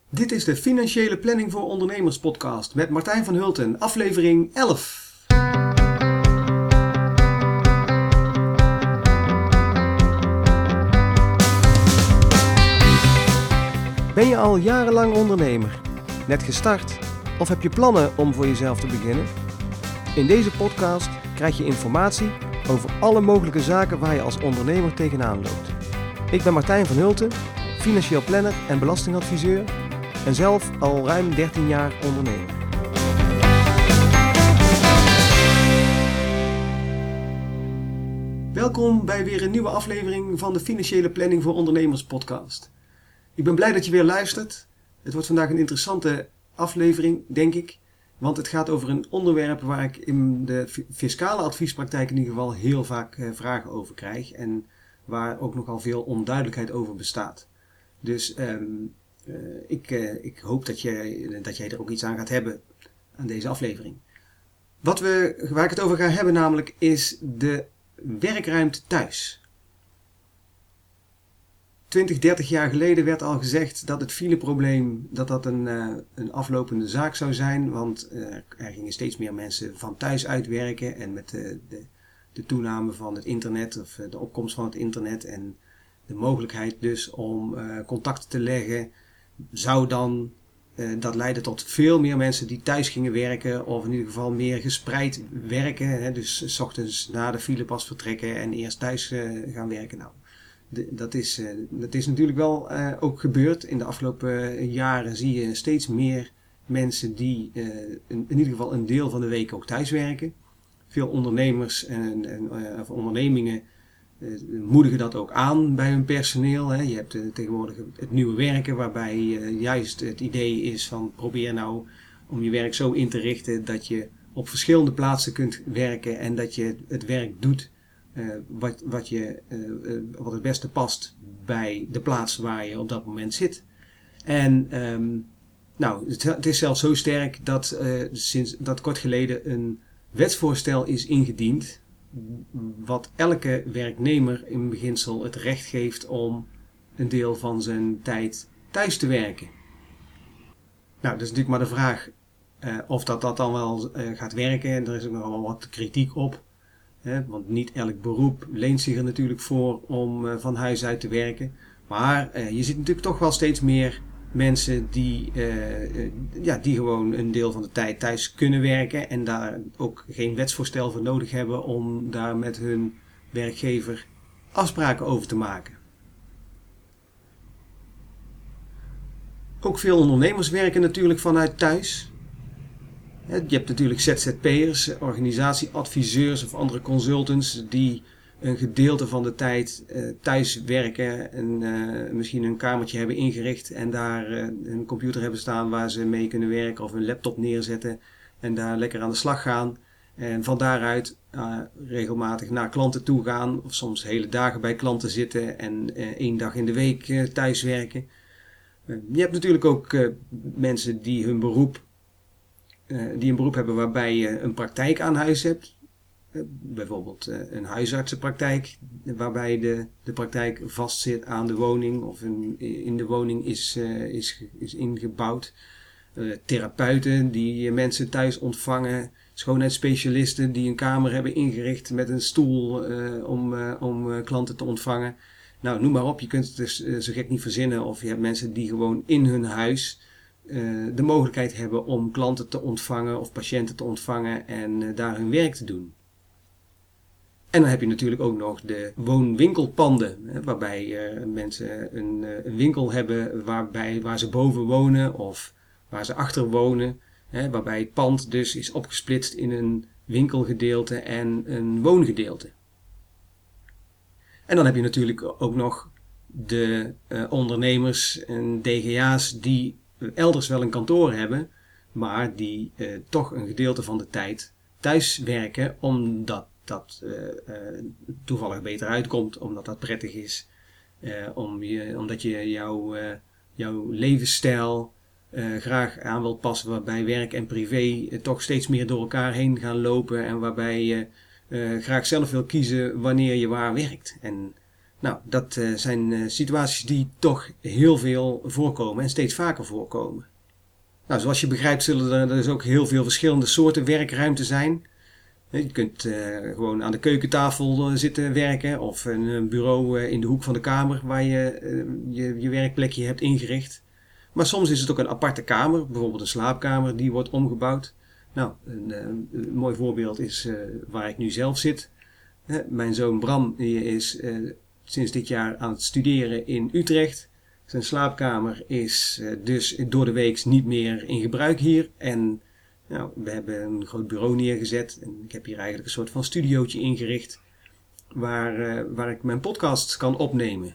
Dit is de Financiële Planning voor Ondernemers podcast met Martijn van Hulten, aflevering 11. Ben je al jarenlang ondernemer? Net gestart? Of heb je plannen om voor jezelf te beginnen? In deze podcast krijg je informatie over alle mogelijke zaken waar je als ondernemer tegenaan loopt. Ik ben Martijn van Hulten, financieel planner en belastingadviseur en zelf al ruim 13 jaar ondernemer. Welkom bij weer een nieuwe aflevering van de Financiële Planning voor Ondernemers podcast. Ik ben blij dat je weer luistert. Het wordt vandaag een interessante aflevering, denk ik. Want het gaat over een onderwerp waar ik in de fiscale adviespraktijk in ieder geval heel vaak vragen over krijg. En waar ook nogal veel onduidelijkheid over bestaat. Dus ik hoop dat jij er ook iets aan gaat hebben aan deze aflevering. Waar ik het over ga hebben namelijk is de werkruimte thuis. 20, 30 jaar geleden werd al gezegd dat het fileprobleem dat een aflopende zaak zou zijn. Want er gingen steeds meer mensen van thuis uitwerken. En met de toename van het internet of de opkomst van het internet en de mogelijkheid dus om contacten te leggen, zou dan dat leiden tot veel meer mensen die thuis gingen werken. Of in ieder geval meer gespreid werken. Hè, dus 's ochtends na de file pas vertrekken en eerst thuis gaan werken. Nou, dat is natuurlijk wel ook gebeurd. In de afgelopen jaren zie je steeds meer mensen die in ieder geval een deel van de week ook thuis werken. Veel ondernemers of ondernemingen moedigen dat ook aan bij hun personeel. Hè. Je hebt tegenwoordig het nieuwe werken waarbij juist het idee is van probeer nou om je werk zo in te richten dat je op verschillende plaatsen kunt werken en dat je het werk doet wat het beste past bij de plaats waar je op dat moment zit. En het is zelfs zo sterk dat sinds dat kort geleden een wetsvoorstel is ingediend wat elke werknemer in beginsel het recht geeft om een deel van zijn tijd thuis te werken. Nou, dat is natuurlijk maar de vraag of dat dan wel gaat werken. En er is ook nog wel wat kritiek op. Want niet elk beroep leent zich er natuurlijk voor om van huis uit te werken. Maar je ziet natuurlijk toch wel steeds meer mensen die gewoon een deel van de tijd thuis kunnen werken. En daar ook geen wetsvoorstel voor nodig hebben om daar met hun werkgever afspraken over te maken. Ook veel ondernemers werken natuurlijk vanuit thuis. Je hebt natuurlijk ZZP'ers, organisatieadviseurs of andere consultants die een gedeelte van de tijd thuis werken en misschien een kamertje hebben ingericht en daar een computer hebben staan waar ze mee kunnen werken of een laptop neerzetten en daar lekker aan de slag gaan. En van daaruit regelmatig naar klanten toe gaan of soms hele dagen bij klanten zitten en 1 dag in de week thuis werken. Je hebt natuurlijk ook mensen die een beroep hebben waarbij je een praktijk aan huis hebt. Bijvoorbeeld een huisartsenpraktijk waarbij de praktijk vastzit aan de woning of in de woning is ingebouwd. Therapeuten die mensen thuis ontvangen. Schoonheidsspecialisten die een kamer hebben ingericht met een stoel om klanten te ontvangen. Nou, noem maar op, je kunt het dus zo gek niet verzinnen. Of je hebt mensen die gewoon in hun huis de mogelijkheid hebben om klanten te ontvangen of patiënten te ontvangen en daar hun werk te doen. En dan heb je natuurlijk ook nog de woonwinkelpanden, waarbij mensen een winkel hebben waar ze boven wonen of waar ze achter wonen. Waarbij het pand dus is opgesplitst in een winkelgedeelte en een woongedeelte. En dan heb je natuurlijk ook nog de ondernemers en DGA's die elders wel een kantoor hebben, maar die toch een gedeelte van de tijd thuis werken omdat dat toevallig beter uitkomt, omdat dat prettig is, omdat je jouw levensstijl graag aan wilt passen, waarbij werk en privé toch steeds meer door elkaar heen gaan lopen en waarbij je graag zelf wil kiezen wanneer je waar werkt. En Nou, dat zijn situaties die toch heel veel voorkomen en steeds vaker voorkomen. Nou, zoals je begrijpt zullen er dus ook heel veel verschillende soorten werkruimte zijn. Je kunt gewoon aan de keukentafel zitten werken of een bureau in de hoek van de kamer waar je werkplekje hebt ingericht. Maar soms is het ook een aparte kamer, bijvoorbeeld een slaapkamer die wordt omgebouwd. Nou, een mooi voorbeeld is waar ik nu zelf zit. Mijn zoon Bram die is sinds dit jaar aan het studeren in Utrecht. Zijn slaapkamer is dus door de week niet meer in gebruik hier. En nou, we hebben een groot bureau neergezet. En ik heb hier eigenlijk een soort van studiootje ingericht. Waar ik mijn podcasts kan opnemen.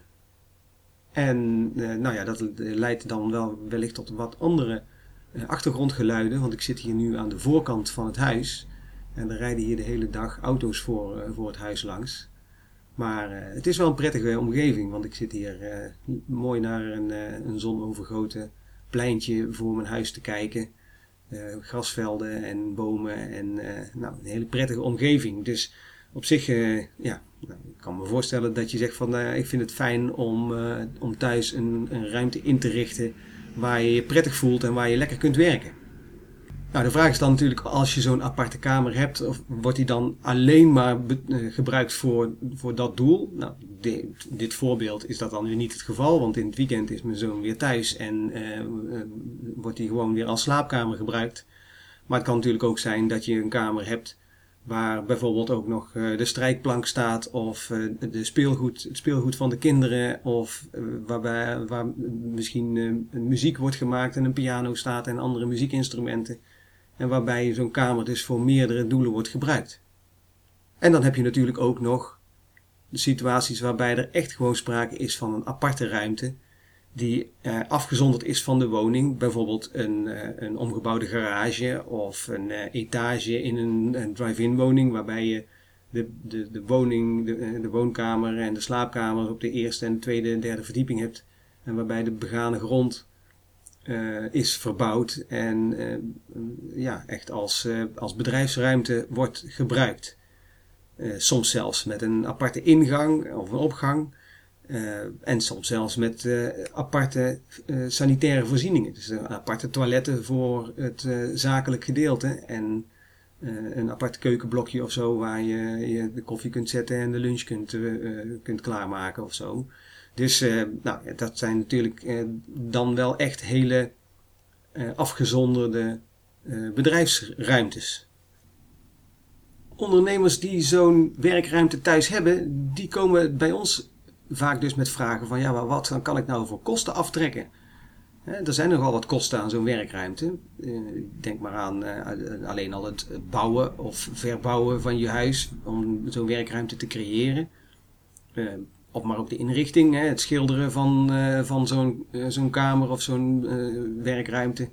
En nou ja, dat leidt dan wel wellicht tot wat andere achtergrondgeluiden. Want ik zit hier nu aan de voorkant van het huis. En er rijden hier de hele dag auto's voor het huis langs. Maar het is wel een prettige omgeving, want ik zit hier mooi naar een zonovergoten pleintje voor mijn huis te kijken. Grasvelden en bomen en nou, een hele prettige omgeving. Dus op zich, ja, nou, ik kan me voorstellen dat je zegt van ik vind het fijn om thuis een ruimte in te richten waar je je prettig voelt en waar je lekker kunt werken. Nou, de vraag is dan natuurlijk, als je zo'n aparte kamer hebt, of wordt die dan alleen maar gebruikt voor dat doel? Nou, dit voorbeeld is dat dan weer niet het geval, want in het weekend is mijn zoon weer thuis en wordt die gewoon weer als slaapkamer gebruikt. Maar het kan natuurlijk ook zijn dat je een kamer hebt waar bijvoorbeeld ook nog de strijkplank staat of het speelgoed van de kinderen of waar misschien muziek wordt gemaakt en een piano staat en andere muziekinstrumenten. En waarbij zo'n kamer dus voor meerdere doelen wordt gebruikt. En dan heb je natuurlijk ook nog de situaties waarbij er echt gewoon sprake is van een aparte ruimte die afgezonderd is van de woning. Bijvoorbeeld een omgebouwde garage of een etage in een drive-in woning waarbij je de woonkamer en de slaapkamer op de eerste en tweede en derde verdieping hebt. En waarbij de begane grond is verbouwd en ja, echt als bedrijfsruimte wordt gebruikt. Soms zelfs met een aparte ingang of een opgang. En soms zelfs met aparte sanitaire voorzieningen. Dus aparte toiletten voor het zakelijk gedeelte. En een apart keukenblokje of zo waar je de koffie kunt zetten en de lunch kunt klaarmaken of zo. Dus nou, dat zijn natuurlijk dan wel echt hele afgezonderde bedrijfsruimtes. Ondernemers die zo'n werkruimte thuis hebben, die komen bij ons vaak dus met vragen van ja, maar wat kan ik nou voor kosten aftrekken? Er zijn nogal wat kosten aan zo'n werkruimte. Denk maar aan alleen al het bouwen of verbouwen van je huis om zo'n werkruimte te creëren. Of maar ook de inrichting, het schilderen van zo'n kamer of zo'n werkruimte.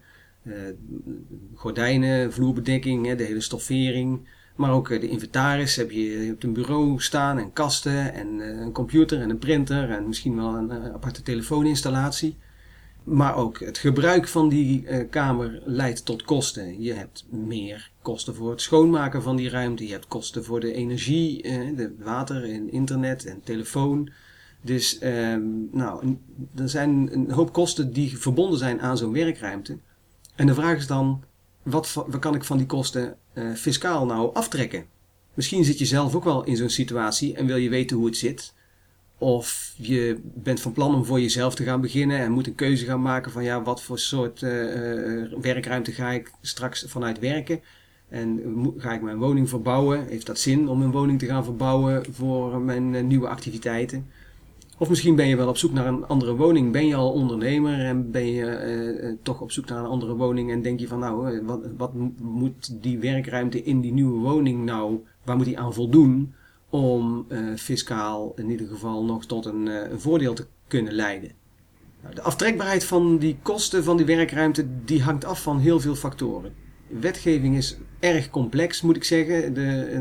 Gordijnen, vloerbedekking, de hele stoffering. Maar ook de inventaris. Je hebt een bureau staan en kasten en een computer en een printer en misschien wel een aparte telefooninstallatie. Maar ook het gebruik van die kamer leidt tot kosten. Je hebt meer kosten voor het schoonmaken van die ruimte. Je hebt kosten voor de energie, de water en internet en telefoon. Dus nou, er zijn een hoop kosten die verbonden zijn aan zo'n werkruimte. En de vraag is dan, wat kan ik van die kosten fiscaal nou aftrekken? Misschien zit je zelf ook wel in zo'n situatie en wil je weten hoe het zit. Of je bent van plan om voor jezelf te gaan beginnen en moet een keuze gaan maken van ja, wat voor soort werkruimte ga ik straks vanuit werken. En ga ik mijn woning verbouwen? Heeft dat zin om een woning te gaan verbouwen voor mijn nieuwe activiteiten? Of misschien ben je wel op zoek naar een andere woning. Ben je al ondernemer en ben je toch op zoek naar een andere woning en denk je van nou, wat moet die werkruimte in die nieuwe woning nou, waar moet die aan voldoen om fiscaal in ieder geval nog tot een voordeel te kunnen leiden? Nou, de aftrekbaarheid van die kosten van die werkruimte die hangt af van heel veel factoren. Wetgeving is erg complex, moet ik zeggen.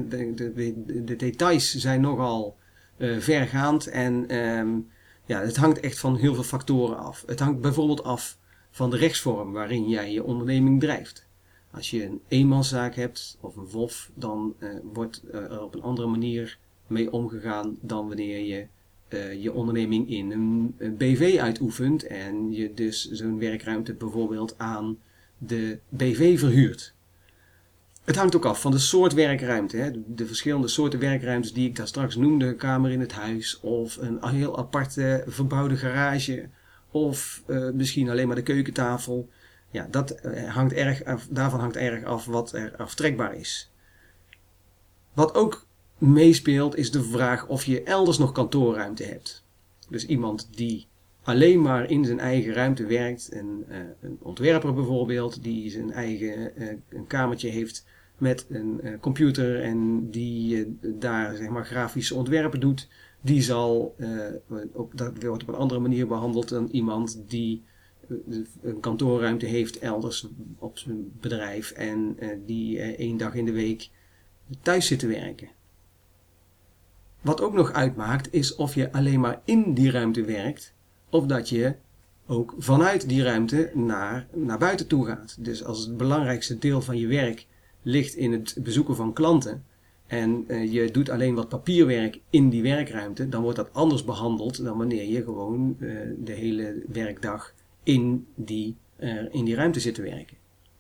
De details zijn nogal vergaand en ja, het hangt echt van heel veel factoren af. Het hangt bijvoorbeeld af van de rechtsvorm waarin jij je onderneming drijft. Als je een eenmanszaak hebt of een VOF, dan wordt er op een andere manier mee omgegaan dan wanneer je je onderneming in een BV uitoefent en je dus zo'n werkruimte bijvoorbeeld aan de BV verhuurt. Het hangt ook af van de soort werkruimte. Hè. De verschillende soorten werkruimtes die ik daar straks noemde, een kamer in het huis of een heel aparte verbouwde garage of misschien alleen maar de keukentafel. Ja, daarvan hangt erg af wat er aftrekbaar is. Wat ook meespeelt is de vraag of je elders nog kantoorruimte hebt. Dus iemand die alleen maar in zijn eigen ruimte werkt, een ontwerper bijvoorbeeld, die zijn eigen een kamertje heeft met een computer en die daar zeg maar grafische ontwerpen doet, die zal, dat wordt op een andere manier behandeld dan iemand die een kantoorruimte heeft elders op zijn bedrijf en die 1 dag in de week thuis zit te werken. Wat ook nog uitmaakt is of je alleen maar in die ruimte werkt of dat je ook vanuit die ruimte naar buiten toe gaat. Dus als het belangrijkste deel van je werk ligt in het bezoeken van klanten en je doet alleen wat papierwerk in die werkruimte, dan wordt dat anders behandeld dan wanneer je gewoon de hele werkdag in die ruimte zit te werken.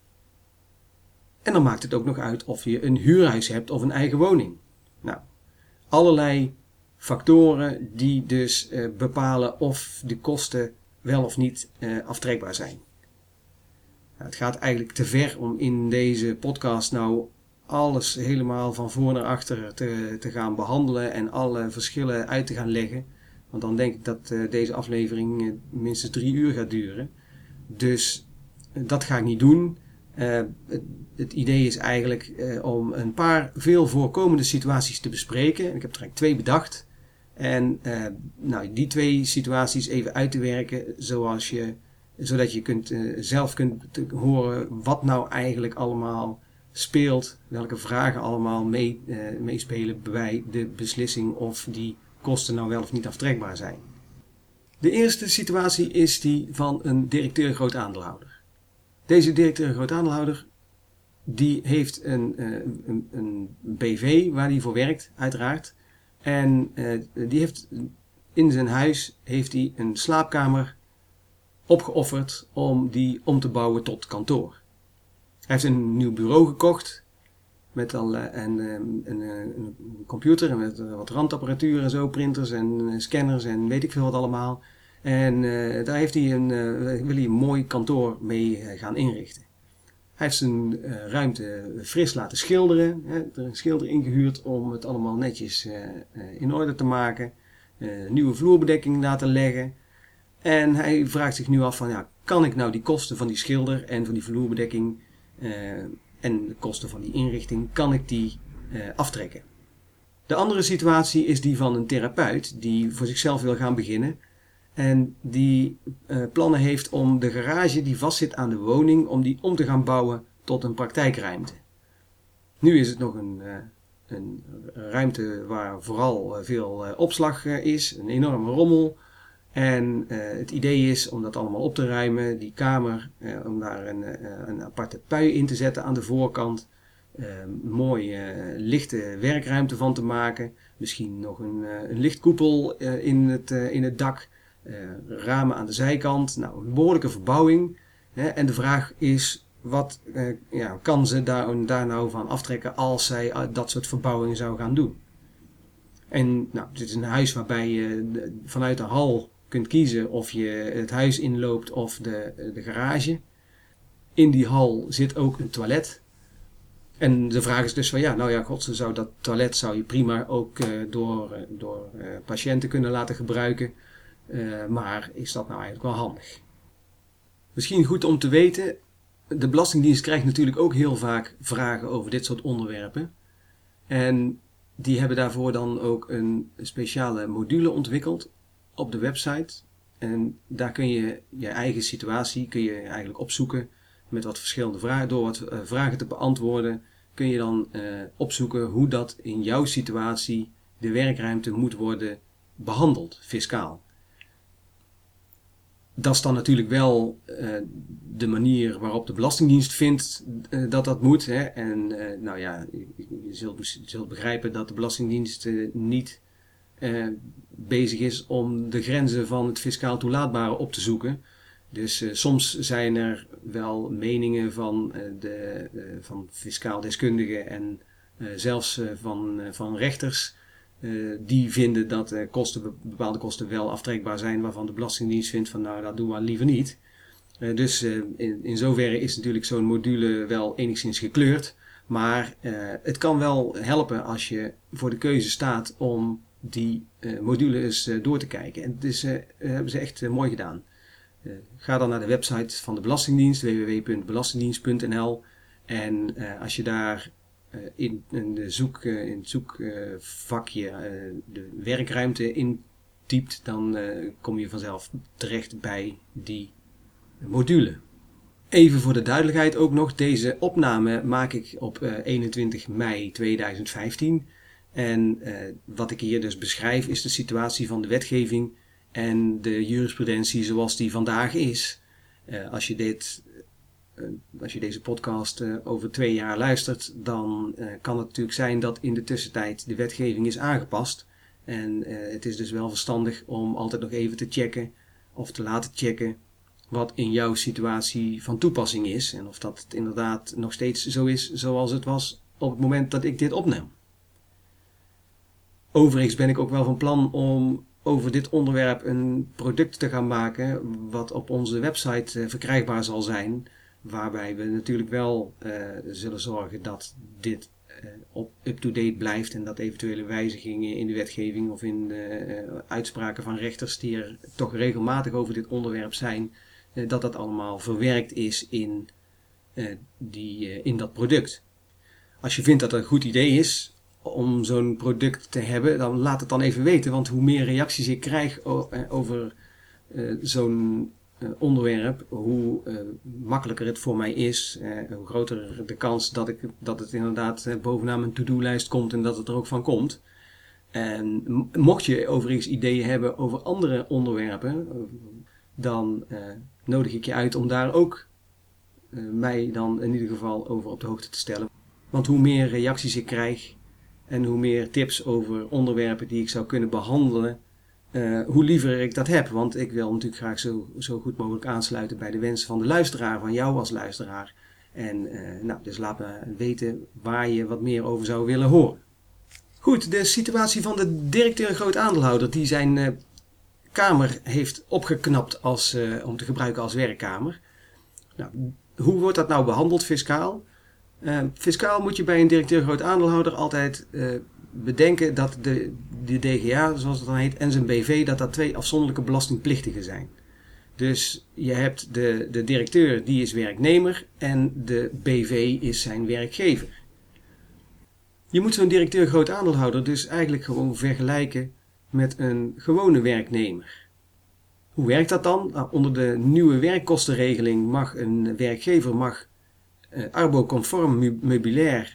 En dan maakt het ook nog uit of je een huurhuis hebt of een eigen woning. Nou, allerlei factoren die dus bepalen of de kosten wel of niet aftrekbaar zijn. Nou, het gaat eigenlijk te ver om in deze podcast nou alles helemaal van voor naar achter te gaan behandelen en alle verschillen uit te gaan leggen. Want dan denk ik dat deze aflevering minstens 3 uur gaat duren. Dus dat ga ik niet doen. Het idee is eigenlijk om een paar veel voorkomende situaties te bespreken. Ik heb er eigenlijk 2 bedacht. En die 2 situaties even uit te werken zodat je zelf kunt horen wat nou eigenlijk allemaal speelt. Welke vragen allemaal meespelen bij de beslissing of die kosten nou wel of niet aftrekbaar zijn. De eerste situatie is die van een directeur groot aandeelhouder. Deze directeur groot aandeelhouder die heeft een BV waar hij voor werkt, uiteraard. En die heeft in zijn huis een slaapkamer opgeofferd om die om te bouwen tot kantoor. Hij heeft een nieuw bureau gekocht met een computer en met wat randapparatuur en zo, printers en scanners en weet ik veel wat allemaal. En daar heeft hij wil hij een mooi kantoor mee gaan inrichten. Hij heeft zijn ruimte fris laten schilderen. Er een schilder ingehuurd om het allemaal netjes in orde te maken. Nieuwe vloerbedekking laten leggen. En hij vraagt zich nu af van, ja, kan ik nou die kosten van die schilder en van die vloerbedekking en de kosten van die inrichting, kan ik die aftrekken? De andere situatie is die van een therapeut die voor zichzelf wil gaan beginnen. En die plannen heeft om de garage die vastzit aan de woning, om die om te gaan bouwen tot een praktijkruimte. Nu is het nog een ruimte waar vooral veel opslag is, een enorme rommel. En het idee is om dat allemaal op te ruimen, die kamer, om daar een aparte pui in te zetten aan de voorkant. Mooie lichte werkruimte van te maken. Misschien nog een lichtkoepel in het dak. Ramen aan de zijkant. Nou, een behoorlijke verbouwing. En de vraag is, wat kan ze daar nou van aftrekken als zij dat soort verbouwingen zou gaan doen? En nou, dit is een huis waarbij je vanuit de hal kunt kiezen of je het huis inloopt of de garage. In die hal zit ook een toilet. En de vraag is dus van dat toilet zou je prima ook door patiënten kunnen laten gebruiken. Maar is dat nou eigenlijk wel handig? Misschien goed om te weten, de Belastingdienst krijgt natuurlijk ook heel vaak vragen over dit soort onderwerpen. En die hebben daarvoor dan ook een speciale module ontwikkeld op de website. En daar kun je je eigen situatie eigenlijk opzoeken met wat verschillende vragen. Door wat vragen te beantwoorden kun je dan opzoeken hoe dat in jouw situatie de werkruimte moet worden behandeld, fiscaal. Dat is dan natuurlijk wel de manier waarop de Belastingdienst vindt dat moet. Hè. En je zult begrijpen dat de Belastingdienst niet bezig is om de grenzen van het fiscaal toelaatbare op te zoeken. Dus soms zijn er wel meningen van fiscaal deskundigen en zelfs van rechters die vinden dat bepaalde kosten wel aftrekbaar zijn, waarvan de Belastingdienst vindt van nou, dat doen we liever niet. Dus in zoverre is natuurlijk zo'n module wel enigszins gekleurd. Maar het kan wel helpen als je voor de keuze staat om die module eens door te kijken. En dus hebben ze echt mooi gedaan. Ga dan naar de website van de Belastingdienst, www.belastingdienst.nl. En als je daar in het zoekvakje de werkruimte intypt, dan kom je vanzelf terecht bij die module. Even voor de duidelijkheid ook nog, deze opname maak ik op 21 mei 2015. En wat ik hier dus beschrijf is de situatie van de wetgeving en de jurisprudentie zoals die vandaag is. Als je deze podcast over 2 jaar luistert, dan kan het natuurlijk zijn dat in de tussentijd de wetgeving is aangepast. En het is dus wel verstandig om altijd nog even te checken of te laten checken wat in jouw situatie van toepassing is. En of dat inderdaad nog steeds zo is zoals het was op het moment dat ik dit opneem. Overigens ben ik ook wel van plan om over dit onderwerp een product te gaan maken wat op onze website verkrijgbaar zal zijn. Waarbij we natuurlijk wel zullen zorgen dat dit up-to-date blijft en dat eventuele wijzigingen in de wetgeving of in de uitspraken van rechters die er toch regelmatig over dit onderwerp zijn, dat dat allemaal verwerkt is in dat product. Als je vindt dat het een goed idee is om zo'n product te hebben, dan laat het dan even weten. Want hoe meer reacties ik krijg over zo'n onderwerp, hoe makkelijker het voor mij is. Hoe groter de kans dat het inderdaad bovenaan mijn to-do-lijst komt en dat het er ook van komt. En mocht je overigens ideeën hebben over andere onderwerpen, dan nodig ik je uit om daar ook mij dan in ieder geval over op de hoogte te stellen. Want hoe meer reacties ik krijg en hoe meer tips over onderwerpen die ik zou kunnen behandelen, hoe liever ik dat heb. Want ik wil natuurlijk graag zo goed mogelijk aansluiten bij de wensen van de luisteraar, van jou als luisteraar. En dus laat me weten waar je wat meer over zou willen horen. Goed, de situatie van de directeur groot aandeelhouder die zijn kamer heeft opgeknapt om te gebruiken als werkkamer. Nou, hoe wordt dat nou behandeld fiscaal? Fiscaal moet je bij een directeur groot aandeelhouder altijd bedenken dat de DGA, zoals het dan heet, en zijn BV, dat 2 afzonderlijke belastingplichtigen zijn. Dus je hebt de directeur, die is werknemer, en de BV is zijn werkgever. Je moet zo'n directeur groot aandeelhouder dus eigenlijk gewoon vergelijken met een gewone werknemer. Hoe werkt dat dan? Nou, onder de nieuwe werkkostenregeling mag een werkgever arbo-conform meubilair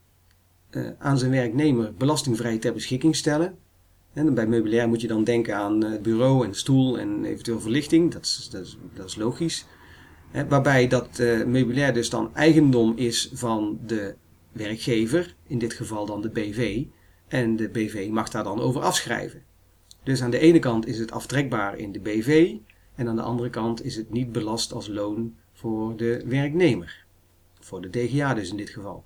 aan zijn werknemer belastingvrij ter beschikking stellen. En bij meubilair moet je dan denken aan bureau en stoel en eventueel verlichting. Dat is logisch. Waarbij dat meubilair dus dan eigendom is van de werkgever, in dit geval dan de BV. En de BV mag daar dan over afschrijven. Dus aan de ene kant is het aftrekbaar in de BV en aan de andere kant is het niet belast als loon voor de werknemer. Voor de DGA dus in dit geval.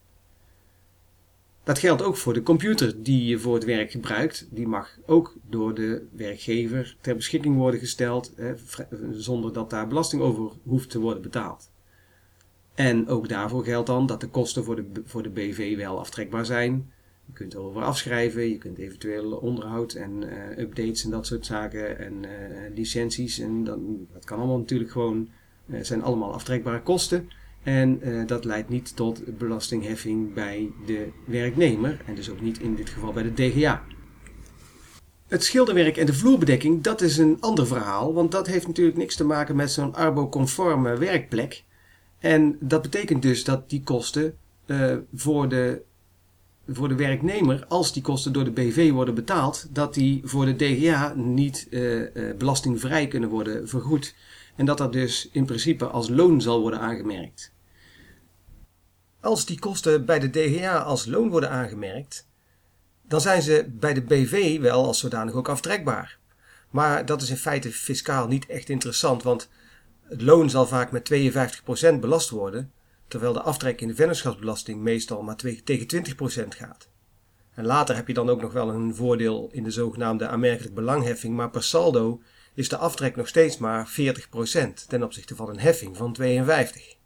Dat geldt ook voor de computer die je voor het werk gebruikt. Die mag ook door de werkgever ter beschikking worden gesteld, zonder dat daar belasting over hoeft te worden betaald. En ook daarvoor geldt dan dat de kosten voor de BV wel aftrekbaar zijn. Je kunt erover afschrijven, je kunt eventueel onderhoud en updates en dat soort zaken en licenties. En dat kan allemaal natuurlijk gewoon, zijn allemaal aftrekbare kosten. En dat leidt niet tot belastingheffing bij de werknemer en dus ook niet in dit geval bij de DGA. Het schilderwerk en de vloerbedekking, dat is een ander verhaal, want dat heeft natuurlijk niks te maken met zo'n arbo-conforme werkplek. En dat betekent dus dat die kosten voor de werknemer, als die kosten door de BV worden betaald, dat die voor de DGA niet belastingvrij kunnen worden vergoed. En dat dus in principe als loon zal worden aangemerkt. Als die kosten bij de DGA als loon worden aangemerkt, dan zijn ze bij de BV wel als zodanig ook aftrekbaar. Maar dat is in feite fiscaal niet echt interessant, want het loon zal vaak met 52% belast worden, terwijl de aftrek in de vennootschapsbelasting meestal maar tegen 20% gaat. En later heb je dan ook nog wel een voordeel in de zogenaamde aanmerkelijk belangheffing, maar per saldo is de aftrek nog steeds maar 40% ten opzichte van een heffing van 52%.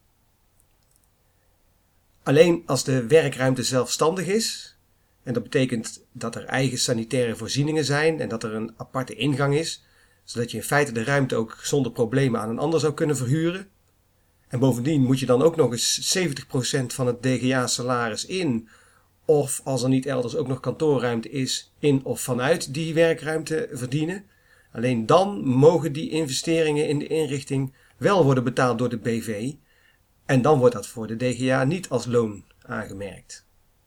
Alleen als de werkruimte zelfstandig is, en dat betekent dat er eigen sanitaire voorzieningen zijn en dat er een aparte ingang is, zodat je in feite de ruimte ook zonder problemen aan een ander zou kunnen verhuren. En bovendien moet je dan ook nog eens 70% van het DGA-salaris in, of als er niet elders ook nog kantoorruimte is, in of vanuit die werkruimte verdienen. Alleen dan mogen die investeringen in de inrichting wel worden betaald door de BV. En dan wordt dat voor de DGA niet als loon aangemerkt.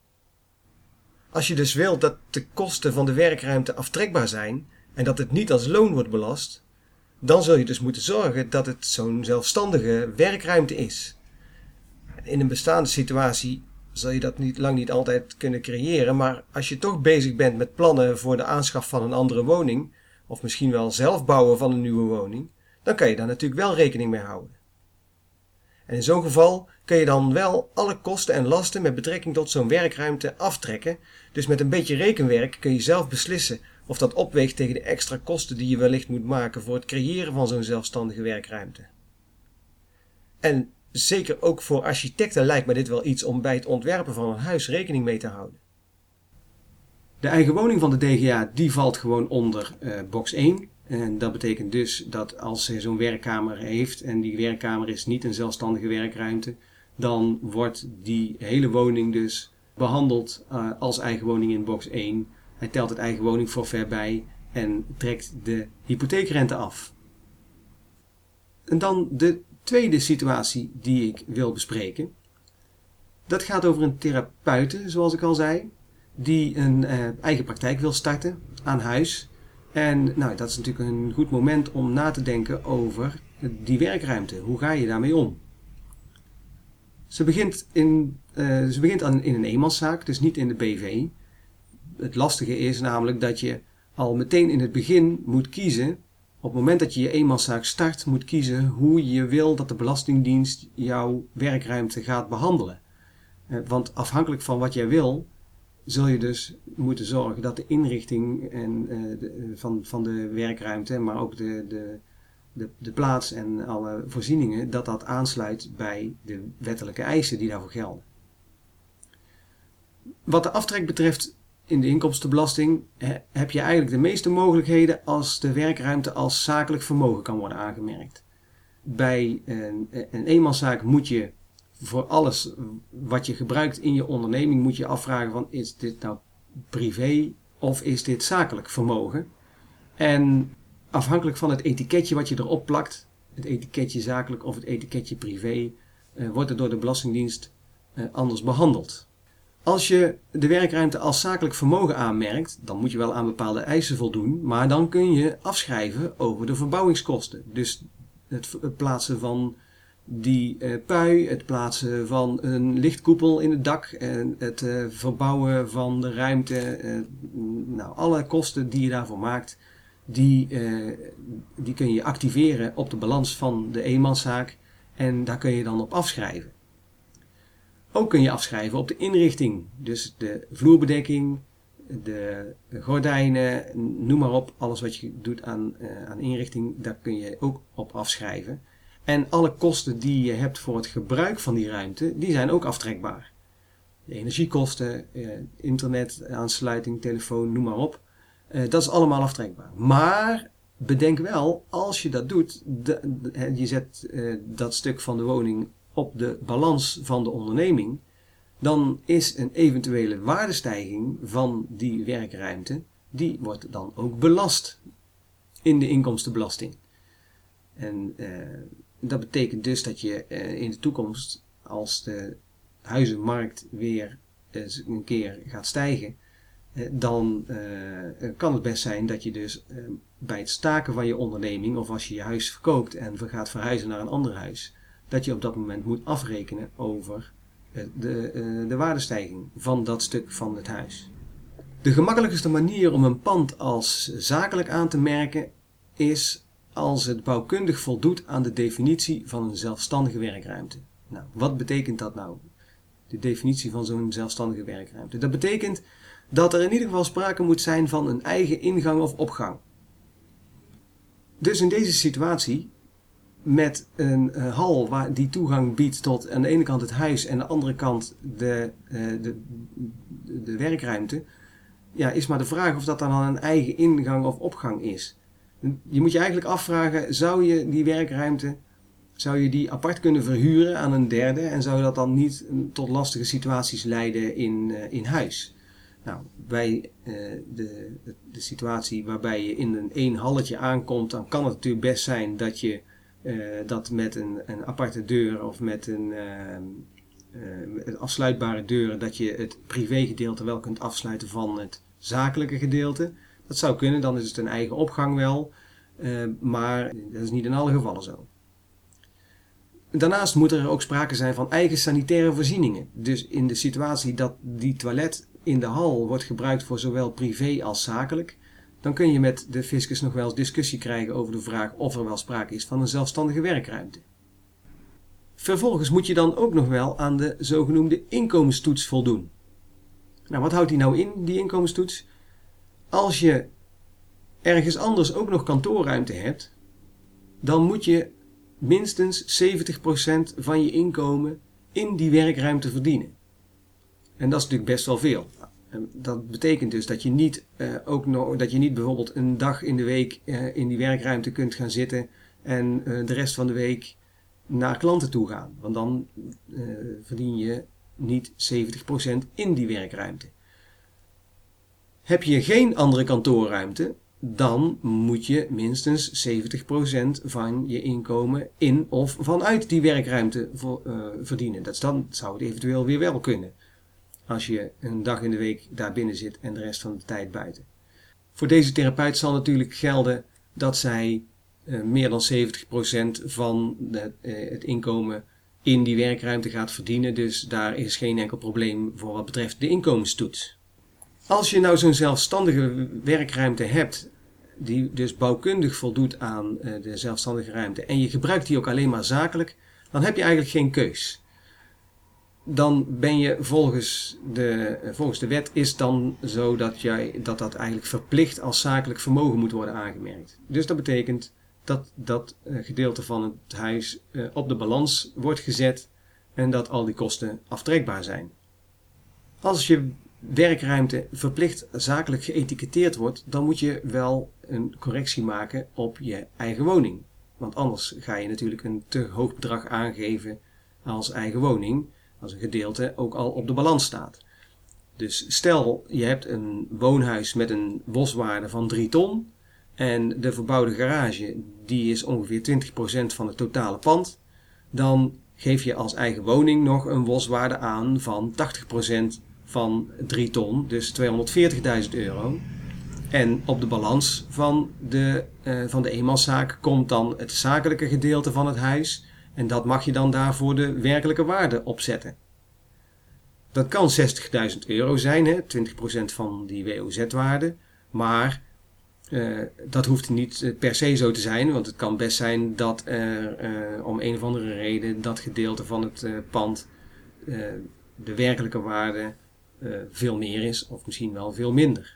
Als je dus wilt dat de kosten van de werkruimte aftrekbaar zijn en dat het niet als loon wordt belast, dan zul je dus moeten zorgen dat het zo'n zelfstandige werkruimte is. In een bestaande situatie zal je dat lang niet altijd kunnen creëren, maar als je toch bezig bent met plannen voor de aanschaf van een andere woning, of misschien wel zelf bouwen van een nieuwe woning, dan kan je daar natuurlijk wel rekening mee houden. En in zo'n geval kun je dan wel alle kosten en lasten met betrekking tot zo'n werkruimte aftrekken. Dus met een beetje rekenwerk kun je zelf beslissen of dat opweegt tegen de extra kosten die je wellicht moet maken voor het creëren van zo'n zelfstandige werkruimte. En zeker ook voor architecten lijkt me dit wel iets om bij het ontwerpen van een huis rekening mee te houden. De eigen woning van de DGA die valt gewoon onder box 1. En dat betekent dus dat als hij zo'n werkkamer heeft en die werkkamer is niet een zelfstandige werkruimte, dan wordt die hele woning dus behandeld als eigen woning in box 1. Hij telt het eigen woningforfait bij en trekt de hypotheekrente af. En dan de tweede situatie die ik wil bespreken. Dat gaat over een therapeute, zoals ik al zei, die een eigen praktijk wil starten aan huis. En nou, dat is natuurlijk een goed moment om na te denken over die werkruimte. Hoe ga je daarmee om? Ze begint in een eenmanszaak, dus niet in de BV. Het lastige is namelijk dat je al meteen in het begin moet kiezen, op het moment dat je je eenmanszaak start, moet kiezen hoe je wil dat de Belastingdienst jouw werkruimte gaat behandelen. Want afhankelijk van wat jij wil, zul je dus moeten zorgen dat de inrichting van de werkruimte, maar ook de plaats en alle voorzieningen, dat aansluit bij de wettelijke eisen die daarvoor gelden. Wat de aftrek betreft in de inkomstenbelasting heb je eigenlijk de meeste mogelijkheden als de werkruimte als zakelijk vermogen kan worden aangemerkt. Bij een eenmanszaak moet je voor alles wat je gebruikt in je onderneming moet je afvragen van is dit nou privé of is dit zakelijk vermogen? En afhankelijk van het etiketje wat je erop plakt, het etiketje zakelijk of het etiketje privé, wordt het door de Belastingdienst anders behandeld. Als je de werkruimte als zakelijk vermogen aanmerkt, dan moet je wel aan bepaalde eisen voldoen, maar dan kun je afschrijven over de verbouwingskosten. Dus het plaatsen van die pui, het plaatsen van een lichtkoepel in het dak en het verbouwen van de ruimte, alle kosten die je daarvoor maakt, die kun je activeren op de balans van de eenmanszaak en daar kun je dan op afschrijven. Ook kun je afschrijven op de inrichting, dus de vloerbedekking, de gordijnen, noem maar op, alles wat je doet aan inrichting, daar kun je ook op afschrijven. En alle kosten die je hebt voor het gebruik van die ruimte, die zijn ook aftrekbaar. De energiekosten, internetaansluiting, telefoon, noem maar op. Dat is allemaal aftrekbaar. Maar bedenk wel, als je dat doet, je zet dat stuk van de woning op de balans van de onderneming, dan is een eventuele waardestijging van die werkruimte, die wordt dan ook belast in de inkomstenbelasting. En dat betekent dus dat je in de toekomst, als de huizenmarkt weer eens een keer gaat stijgen, dan kan het best zijn dat je dus bij het staken van je onderneming, of als je je huis verkoopt en gaat verhuizen naar een ander huis, dat je op dat moment moet afrekenen over de waardestijging van dat stuk van het huis. De gemakkelijkste manier om een pand als zakelijk aan te merken is als het bouwkundig voldoet aan de definitie van een zelfstandige werkruimte. Nou, wat betekent dat nou? De definitie van zo'n zelfstandige werkruimte. Dat betekent dat er in ieder geval sprake moet zijn van een eigen ingang of opgang. Dus in deze situatie, met een hal die toegang biedt tot aan de ene kant het huis en aan de andere kant de werkruimte, ja, is maar de vraag of dat dan een eigen ingang of opgang is. Je moet je eigenlijk afvragen, zou je die werkruimte apart kunnen verhuren aan een derde en zou dat dan niet tot lastige situaties leiden in huis? Nou, bij de situatie waarbij je in een halletje aankomt, dan kan het natuurlijk best zijn dat je dat met een aparte deur of met een afsluitbare deur, dat je het privégedeelte wel kunt afsluiten van het zakelijke gedeelte. Dat zou kunnen, dan is het een eigen opgang wel, maar dat is niet in alle gevallen zo. Daarnaast moet er ook sprake zijn van eigen sanitaire voorzieningen. Dus in de situatie dat die toilet in de hal wordt gebruikt voor zowel privé als zakelijk, dan kun je met de fiscus nog wel eens discussie krijgen over de vraag of er wel sprake is van een zelfstandige werkruimte. Vervolgens moet je dan ook nog wel aan de zogenoemde inkomenstoets voldoen. Nou, wat houdt die nou in, die inkomenstoets? Als je ergens anders ook nog kantoorruimte hebt, dan moet je minstens 70% van je inkomen in die werkruimte verdienen. En dat is natuurlijk best wel veel. Dat betekent dus dat je niet bijvoorbeeld een dag in de week in die werkruimte kunt gaan zitten en de rest van de week naar klanten toe gaan. Want dan verdien je niet 70% in die werkruimte. Heb je geen andere kantoorruimte, dan moet je minstens 70% van je inkomen in of vanuit die werkruimte verdienen. Dan zou het eventueel weer wel kunnen. Als je een dag in de week daar binnen zit en de rest van de tijd buiten. Voor deze therapeut zal natuurlijk gelden dat zij meer dan 70% van het inkomen in die werkruimte gaat verdienen. Dus daar is geen enkel probleem voor wat betreft de inkomenstoets. Als je nou zo'n zelfstandige werkruimte hebt, die dus bouwkundig voldoet aan de zelfstandige ruimte, en je gebruikt die ook alleen maar zakelijk, dan heb je eigenlijk geen keus. Dan ben je volgens de wet is dan zo dat eigenlijk verplicht als zakelijk vermogen moet worden aangemerkt. Dus dat betekent dat gedeelte van het huis op de balans wordt gezet en dat al die kosten aftrekbaar zijn. Als je werkruimte verplicht zakelijk geëtiketteerd wordt, dan moet je wel een correctie maken op je eigen woning. Want anders ga je natuurlijk een te hoog bedrag aangeven als eigen woning, als een gedeelte ook al op de balans staat. Dus stel je hebt een woonhuis met een boswaarde van 3 ton en de verbouwde garage die is ongeveer 20% van het totale pand, dan geef je als eigen woning nog een boswaarde aan van 80% van 3 ton, dus €240.000. En op de balans van de eenmanszaak komt dan het zakelijke gedeelte van het huis en dat mag je dan daarvoor de werkelijke waarde opzetten. Dat kan €60.000 zijn, hè, 20% van die WOZ-waarde, maar dat hoeft niet per se zo te zijn, want het kan best zijn dat er om een of andere reden dat gedeelte van het pand de werkelijke waarde veel meer is of misschien wel veel minder.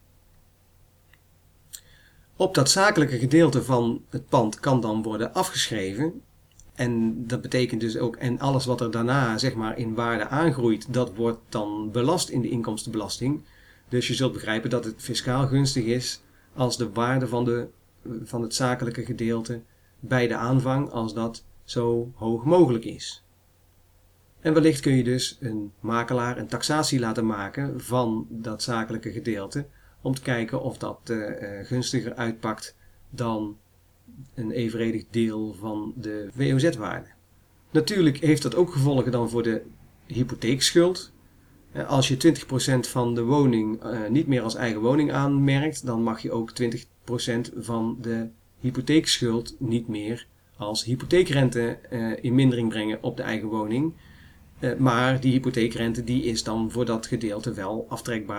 Op dat zakelijke gedeelte van het pand kan dan worden afgeschreven. En dat betekent dus ook, en alles wat er daarna zeg maar in waarde aangroeit, dat wordt dan belast in de inkomstenbelasting. Dus je zult begrijpen dat het fiscaal gunstig is als de waarde van het zakelijke gedeelte bij de aanvang, als dat zo hoog mogelijk is. En wellicht kun je dus een makelaar een taxatie laten maken van dat zakelijke gedeelte, om te kijken of dat gunstiger uitpakt dan een evenredig deel van de WOZ-waarde. Natuurlijk heeft dat ook gevolgen dan voor de hypotheekschuld. Als je 20% van de woning niet meer als eigen woning aanmerkt, dan mag je ook 20% van de hypotheekschuld niet meer als hypotheekrente in mindering brengen op de eigen woning. Maar die hypotheekrente die is dan voor dat gedeelte wel aftrekbaar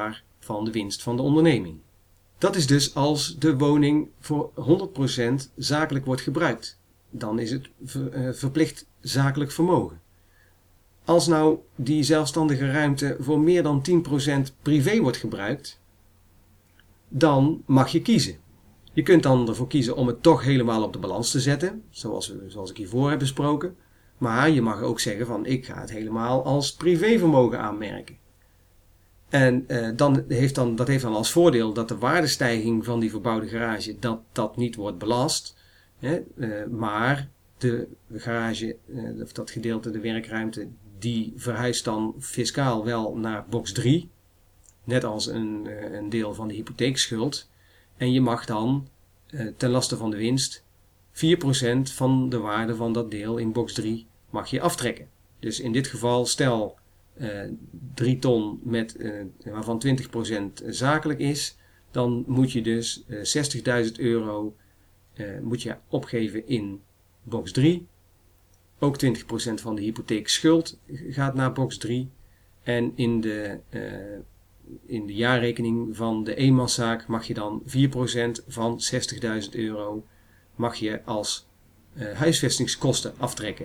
van de winst van de onderneming. Dat is dus als de woning voor 100% zakelijk wordt gebruikt. Dan is het verplicht zakelijk vermogen. Als nou die zelfstandige ruimte voor meer dan 10% privé wordt gebruikt, dan mag je kiezen. Je kunt dan ervoor kiezen om het toch helemaal op de balans te zetten, zoals ik hiervoor heb besproken. Maar je mag ook zeggen van ik ga het helemaal als privévermogen aanmerken. En dat heeft dan als voordeel dat de waardestijging van die verbouwde garage dat niet wordt belast. Maar de garage, of dat gedeelte, de werkruimte, die verhuist dan fiscaal wel naar box 3. Net als een deel van de hypotheekschuld. En je mag dan ten laste van de winst 4% van de waarde van dat deel in box 3 mag je aftrekken. Dus in dit geval stel 3 ton waarvan 20% zakelijk is, dan moet je dus €60.000 moet je opgeven in box 3. Ook 20% van de hypotheekschuld gaat naar box 3. En in de jaarrekening van de eenmanszaak mag je dan 4% van €60.000 mag je als huisvestingskosten aftrekken.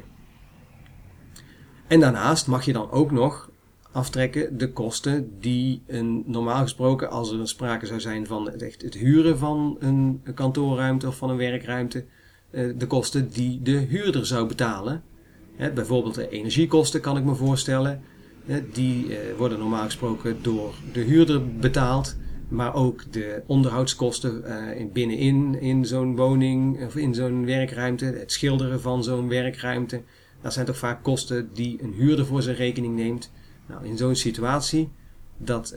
En daarnaast mag je dan ook nog aftrekken de kosten die normaal gesproken, als er sprake zou zijn van het huren van een kantoorruimte of van een werkruimte, de kosten die de huurder zou betalen. Bijvoorbeeld de energiekosten kan ik me voorstellen. Die worden normaal gesproken door de huurder betaald. Maar ook de onderhoudskosten binnenin in zo'n woning of in zo'n werkruimte. Het schilderen van zo'n werkruimte. Dat zijn toch vaak kosten die een huurder voor zijn rekening neemt. Nou, in zo'n situatie dat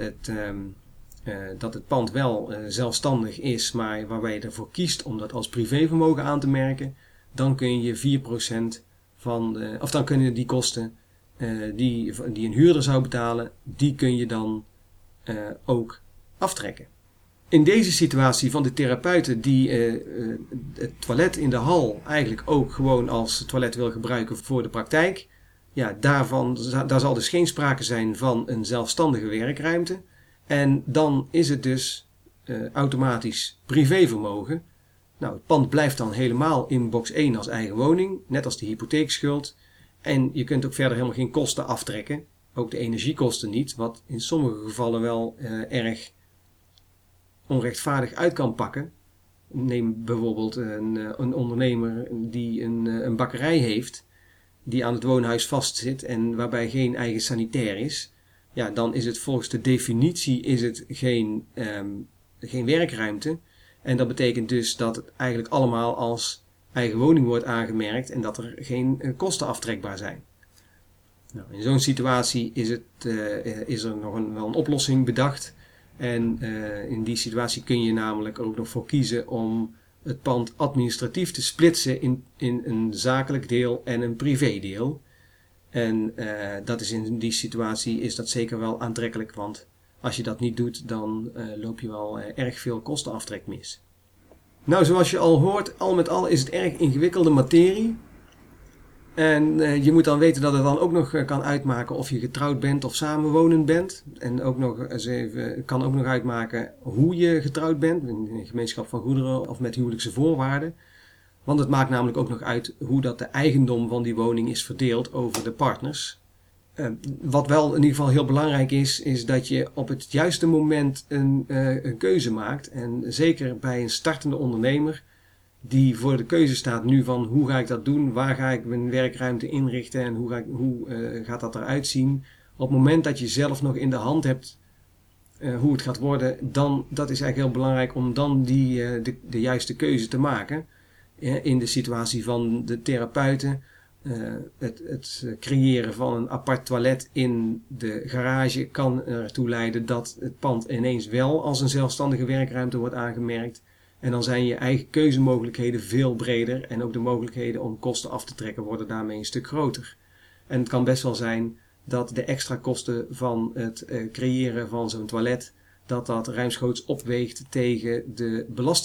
het pand wel zelfstandig is, maar waarbij je ervoor kiest om dat als privévermogen aan te merken, dan kun je 4% dan kunnen die kosten die een huurder zou betalen, die kun je dan ook aftrekken. In deze situatie van de therapeuten die het toilet in de hal eigenlijk ook gewoon als toilet wil gebruiken voor de praktijk, ja, daar zal dus geen sprake zijn van een zelfstandige werkruimte. En dan is het dus automatisch privévermogen. Nou, het pand blijft dan helemaal in box 1 als eigen woning, net als de hypotheekschuld. En je kunt ook verder helemaal geen kosten aftrekken. Ook de energiekosten niet, wat in sommige gevallen wel erg onrechtvaardig uit kan pakken. Neem bijvoorbeeld een ondernemer die een bakkerij heeft, die aan het woonhuis vastzit en waarbij geen eigen sanitair is. Ja, dan is het volgens de definitie geen werkruimte. En dat betekent dus dat het eigenlijk allemaal als eigen woning wordt aangemerkt en dat er geen kosten aftrekbaar zijn. Nou, in zo'n situatie is er nog wel een oplossing bedacht. En in die situatie kun je namelijk ook nog voor kiezen om het pand administratief te splitsen in een zakelijk deel en een privédeel. En in die situatie is dat zeker wel aantrekkelijk, want als je dat niet doet, dan loop je wel erg veel kostenaftrek mis. Nou, zoals je al hoort, al met al is het erg ingewikkelde materie. En je moet dan weten dat het dan ook nog kan uitmaken of je getrouwd bent of samenwonend bent. En ook nog kan ook nog uitmaken hoe je getrouwd bent, in een gemeenschap van goederen of met huwelijkse voorwaarden. Want het maakt namelijk ook nog uit hoe dat de eigendom van die woning is verdeeld over de partners. Wat wel in ieder geval heel belangrijk is dat je op het juiste moment een keuze maakt. En zeker bij een startende ondernemer die voor de keuze staat nu van hoe ga ik dat doen, waar ga ik mijn werkruimte inrichten en hoe gaat dat eruit zien. Op het moment dat je zelf nog in de hand hebt hoe het gaat worden, dan dat is eigenlijk heel belangrijk om dan de juiste keuze te maken. In de situatie van de therapeuten, het creëren van een apart toilet in de garage kan ertoe leiden dat het pand ineens wel als een zelfstandige werkruimte wordt aangemerkt. En dan zijn je eigen keuzemogelijkheden veel breder en ook de mogelijkheden om kosten af te trekken worden daarmee een stuk groter. En het kan best wel zijn dat de extra kosten van het creëren van zo'n toilet, dat ruimschoots opweegt tegen de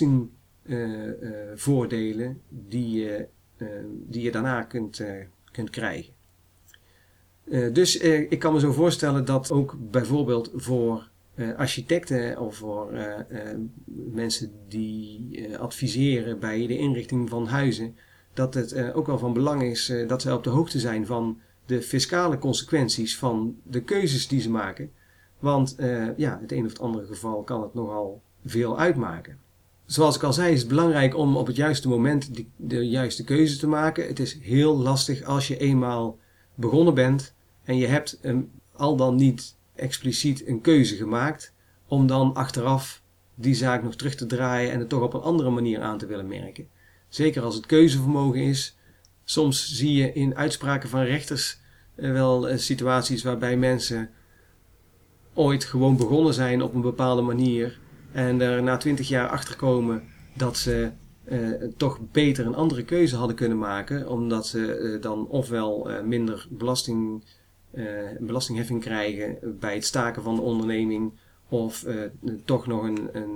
belastingvoordelen die je daarna kunt krijgen. Dus ik kan me zo voorstellen dat ook bijvoorbeeld voor architecten of voor mensen die adviseren bij de inrichting van huizen, dat het ook wel van belang is dat zij op de hoogte zijn van de fiscale consequenties van de keuzes die ze maken. Want het een of het andere geval kan het nogal veel uitmaken. Zoals ik al zei, is het belangrijk om op het juiste moment de juiste keuze te maken. Het is heel lastig als je eenmaal begonnen bent en je hebt al dan niet expliciet een keuze gemaakt, om dan achteraf die zaak nog terug te draaien en het toch op een andere manier aan te willen merken. Zeker als het keuzevermogen is. Soms zie je in uitspraken van rechters wel situaties waarbij mensen ooit gewoon begonnen zijn op een bepaalde manier en er na 20 jaar achterkomen dat ze toch beter een andere keuze hadden kunnen maken, omdat ze dan ofwel minder belastingheffing krijgen bij het staken van de onderneming, of toch nog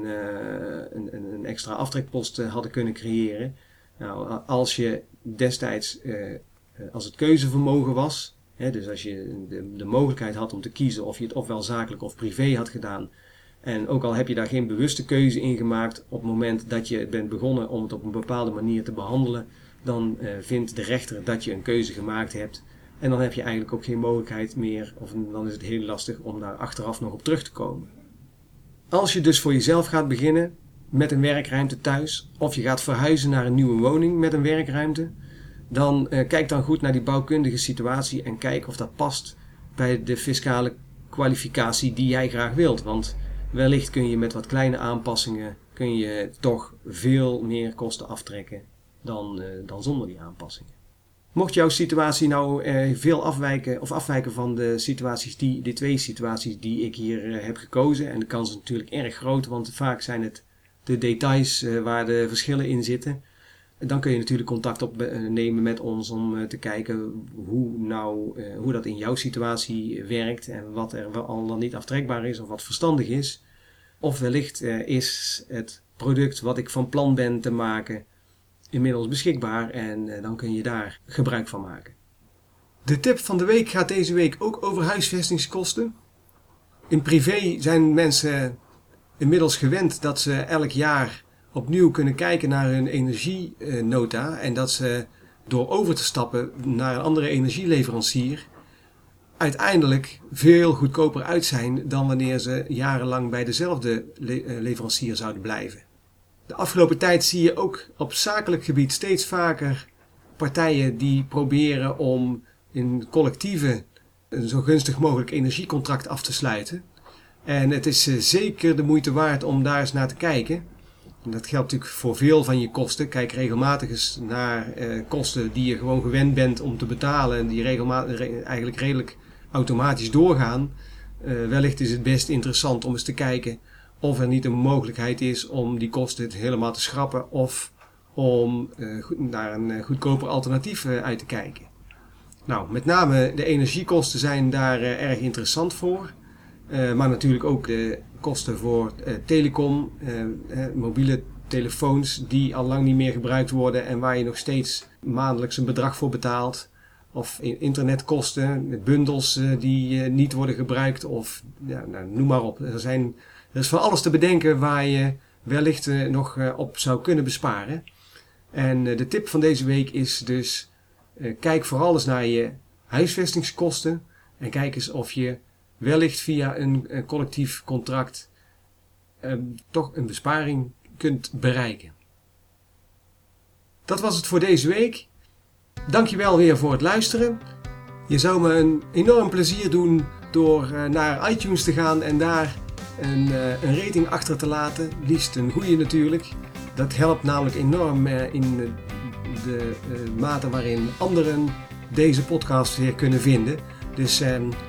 een extra aftrekpost hadden kunnen creëren. Nou, als je destijds, als het keuzevermogen was, dus als je de mogelijkheid had om te kiezen of je het ofwel zakelijk of privé had gedaan, en ook al heb je daar geen bewuste keuze in gemaakt op het moment dat je bent begonnen om het op een bepaalde manier te behandelen, dan vindt de rechter dat je een keuze gemaakt hebt. En dan heb je eigenlijk ook geen mogelijkheid meer, of dan is het heel lastig om daar achteraf nog op terug te komen. Als je dus voor jezelf gaat beginnen met een werkruimte thuis, of je gaat verhuizen naar een nieuwe woning met een werkruimte, dan kijk dan goed naar die bouwkundige situatie en kijk of dat past bij de fiscale kwalificatie die jij graag wilt. Want wellicht kun je met wat kleine aanpassingen toch veel meer kosten aftrekken dan zonder die aanpassingen. Mocht jouw situatie nou veel afwijken van de twee situaties die ik hier heb gekozen, en de kans is natuurlijk erg groot, want vaak zijn het de details waar de verschillen in zitten, dan kun je natuurlijk contact opnemen met ons om te kijken hoe dat in jouw situatie werkt en wat er al dan niet aftrekbaar is of wat verstandig is. Of wellicht is het product wat ik van plan ben te maken inmiddels beschikbaar en dan kun je daar gebruik van maken. De tip van de week gaat deze week ook over huisvestingskosten. In privé zijn mensen inmiddels gewend dat ze elk jaar opnieuw kunnen kijken naar hun energienota en dat ze door over te stappen naar een andere energieleverancier uiteindelijk veel goedkoper uit zijn dan wanneer ze jarenlang bij dezelfde leverancier zouden blijven. De afgelopen tijd zie je ook op zakelijk gebied steeds vaker partijen die proberen om in collectieven een zo gunstig mogelijk energiecontract af te sluiten. En het is zeker de moeite waard om daar eens naar te kijken. En dat geldt natuurlijk voor veel van je kosten. Kijk regelmatig eens naar kosten die je gewoon gewend bent om te betalen en die eigenlijk redelijk automatisch doorgaan. Wellicht is het best interessant om eens te kijken of er niet een mogelijkheid is om die kosten helemaal te schrappen of om naar een goedkoper alternatief uit te kijken. Nou, met name de energiekosten zijn daar erg interessant voor. Maar natuurlijk ook de kosten voor telecom, mobiele telefoons die al lang niet meer gebruikt worden en waar je nog steeds maandelijks een bedrag voor betaalt. Of internetkosten, bundels die niet worden gebruikt of noem maar op. Er is van alles te bedenken waar je wellicht nog op zou kunnen besparen. En de tip van deze week is dus kijk vooral eens naar je huisvestingskosten en kijk eens of je wellicht via een collectief contract toch een besparing kunt bereiken. Dat was het voor deze week. Dankjewel weer voor het luisteren. Je zou me een enorm plezier doen door naar iTunes te gaan en daar een rating achter te laten. Liefst een goede natuurlijk. Dat helpt namelijk enorm in de mate waarin anderen deze podcast weer kunnen vinden. Dus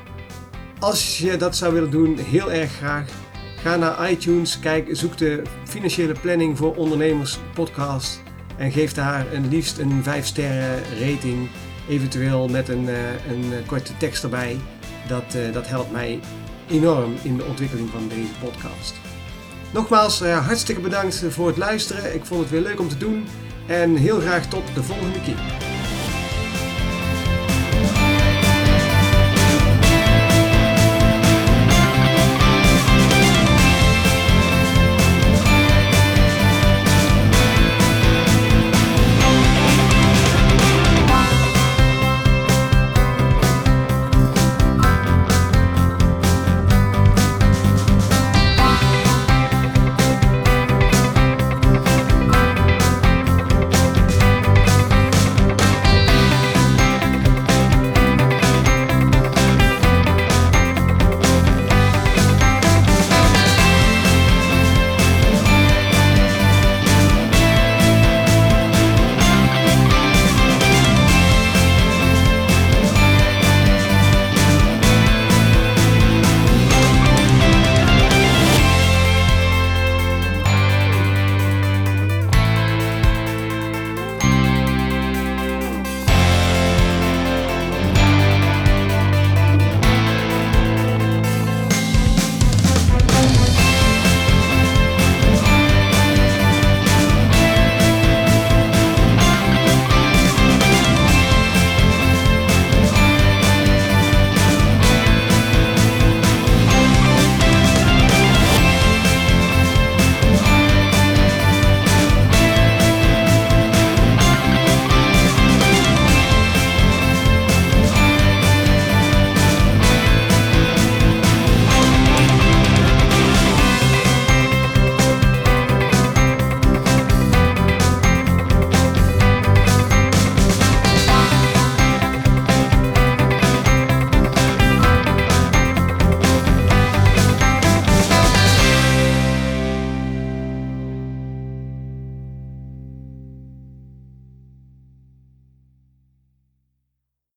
als je dat zou willen doen, heel erg graag. Ga naar iTunes, zoek de Financiële Planning voor Ondernemers podcast en geef daar liefst een 5-sterren rating, eventueel met een korte tekst erbij. Dat helpt mij enorm in de ontwikkeling van deze podcast. Nogmaals, hartstikke bedankt voor het luisteren. Ik vond het weer leuk om te doen en heel graag tot de volgende keer.